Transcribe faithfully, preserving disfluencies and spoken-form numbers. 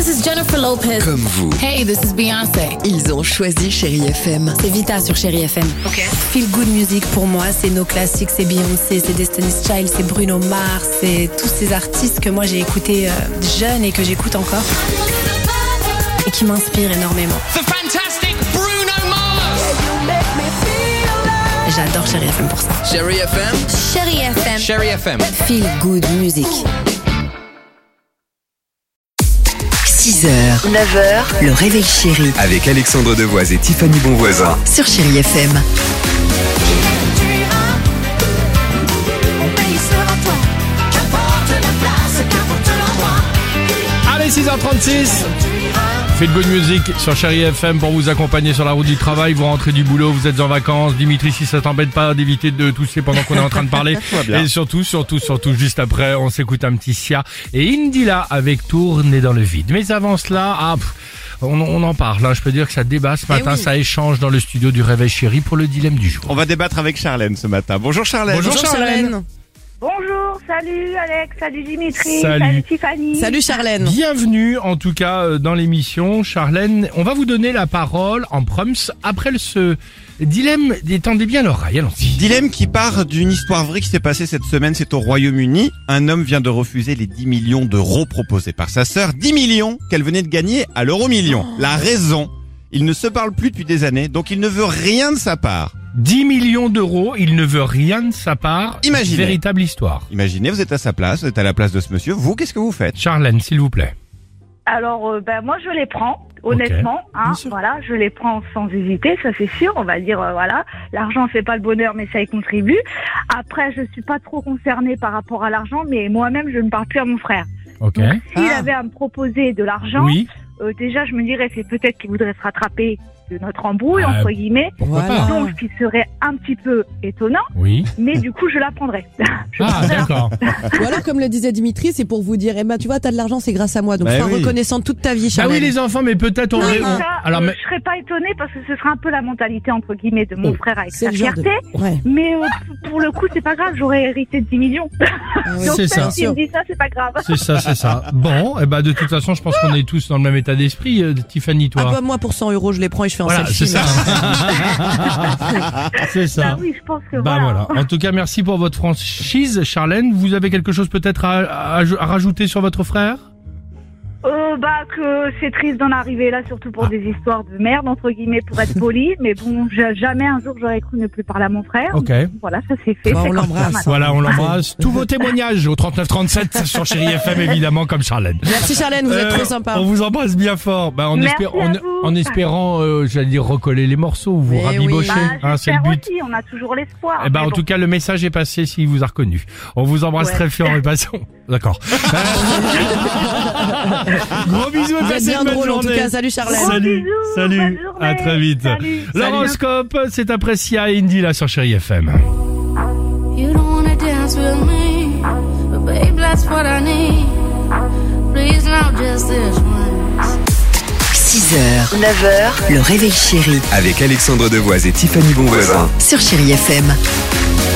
this is Jennifer Lopez. Comme vous. Hey, this is Beyoncé. Ils ont choisi Chérie F M. C'est Vita sur Chérie F M. Ok. Feel Good Music pour moi, c'est nos classiques, c'est Beyoncé, c'est Destiny's Child, c'est Bruno Mars, c'est tous ces artistes que moi j'ai écoutés euh, jeune et que j'écoute encore et qui m'inspirent énormément. The fantastic Bruno Mars. J'adore Chérie F M pour ça. Chérie F M. Chérie F M. Chérie F M. Feel Good Music. six heures, neuf heures, le réveil chéri Avec Alexandre Devoise et Tiffany Bonvoisin. sur Chérie F M. Allez, six heures trente-six. Faites bonne musique sur Chérie F M pour vous accompagner sur la route du travail. Vous rentrez du boulot, vous êtes en vacances. Dimitri, si ça t'embête pas d'éviter de tousser pendant qu'on est en train de parler. Et surtout, surtout, surtout, juste après, on s'écoute un petit Sia et Indila avec Tourner dans le vide. Mais avant cela, ah, pff, on, on en parle. Hein. Je peux dire que ça débat ce matin, oui. ça échange dans le studio du Réveil Chéri pour le dilemme du jour. On va débattre avec Charlène ce matin. Bonjour Charlène. Bonjour, Charlène. Bonjour, salut Alex, salut Dimitri, Salut. salut Tiffany. Salut Charlène. Bienvenue en tout cas euh, dans l'émission, Charlène. On va vous donner la parole en proms après le, ce dilemme. Détendez bien l'oreille, allons-y. Dilemme qui part d'une histoire vraie qui s'est passée cette semaine, c'est au Royaume-Uni. Un homme vient de refuser les dix millions d'euros proposés par sa sœur. dix millions qu'elle venait de gagner à l'euro million. La raison, il ne se parle plus depuis des années, donc il ne veut rien de sa part. dix millions d'euros, il ne veut rien de sa part. Imaginez. Véritable histoire. Imaginez, vous êtes à sa place, vous êtes à la place de ce monsieur. Vous, qu'est-ce que vous faites? Charlène, s'il vous plaît. Alors, euh, ben moi je les prends, honnêtement, hein, voilà, je les prends sans hésiter, ça c'est sûr. On va dire, euh, voilà, l'argent fait pas le bonheur, mais ça y contribue. Après, je suis pas trop concernée par rapport à l'argent, mais moi-même je ne parle plus à mon frère. Ok. Donc, s'il Ah. avait à me proposer de l'argent, Oui. euh, déjà je me dirais c'est peut-être qu'il voudrait se rattraper de notre embrouille, Ah, entre guillemets. Pourquoi Voilà. pas? Donc, ce qui serait un petit peu étonnant, Oui. mais du coup je la prendrais. Je Ah, prendrais d'accord. Ou alors, comme le disait Dimitri, c'est pour vous dire, eh ben, tu vois, t'as de l'argent, c'est grâce à moi. Donc, Bah sois oui. reconnaissante toute ta vie, Bah Charlène. oui, les enfants, mais peut-être on... Non, ré- on- ça, Alors, euh, mais... je serais pas étonnée parce que ce serait un peu la mentalité entre guillemets de mon Oh, frère avec C'est sa le genre de... fierté. Ouais. Mais euh, p- pour le coup, c'est pas grave, j'aurais hérité de dix millions. Ah oui. Donc C'est même ça. s'il me dit ça, c'est pas grave. C'est ça, c'est ça. Bon, et bah de toute façon, je pense qu'on est tous dans le même état d'esprit. euh, Tiffany, toi. Ah bah, moi, pour cent euros, je les prends et je fais un Voilà, selfie. c'est ça. C'est ça. Bah oui, je pense que Bah voilà. voilà. En tout cas, merci pour votre franchise, Charlène. Vous avez quelque chose peut-être à, à, à rajouter sur votre frère? Euh, bah que c'est triste d'en arriver là, surtout pour des histoires de merde entre guillemets, pour être poli. Mais bon, ja- jamais un jour j'aurais cru ne plus parler à mon frère. Ok. Voilà, ça c'est fait. Bah, c'est on comme ça, l'embrasse. maintenant. Voilà, on l'embrasse. Tous vos témoignages au trente-neuf trente-sept sur Chérie F M, évidemment, comme Charlène. Merci Charlène, vous êtes Euh, trop sympa. On vous embrasse bien fort. Bah, en, Merci espé- à en, vous. en espérant, euh, j'allais dire, recoller les morceaux, vous Mais rabibochez. oui. Bah, Hein, c'est le j'espère but. aussi, on a toujours l'espoir. Eh ben, mais en bon. tout cas, le message est passé s'il vous a reconnu. On vous embrasse Ouais. très fort et passons. D'accord. Gros bisous et Vous êtes passez bien une bonne drôle, en tout journée. cas. Salut Charlène. Gros Salut, bisous, salut, bonne journée. à très vite. Salut. L'horoscope, c'est apprécié à Indy là sur Chérie F M. You don't wanna dance with me, but babe, that's what I need. Please now just this once. six heures, neuf heures, le réveil chéri Avec Alexandre Devoise et Tiffany Bonvoisin. sur Chérie F M.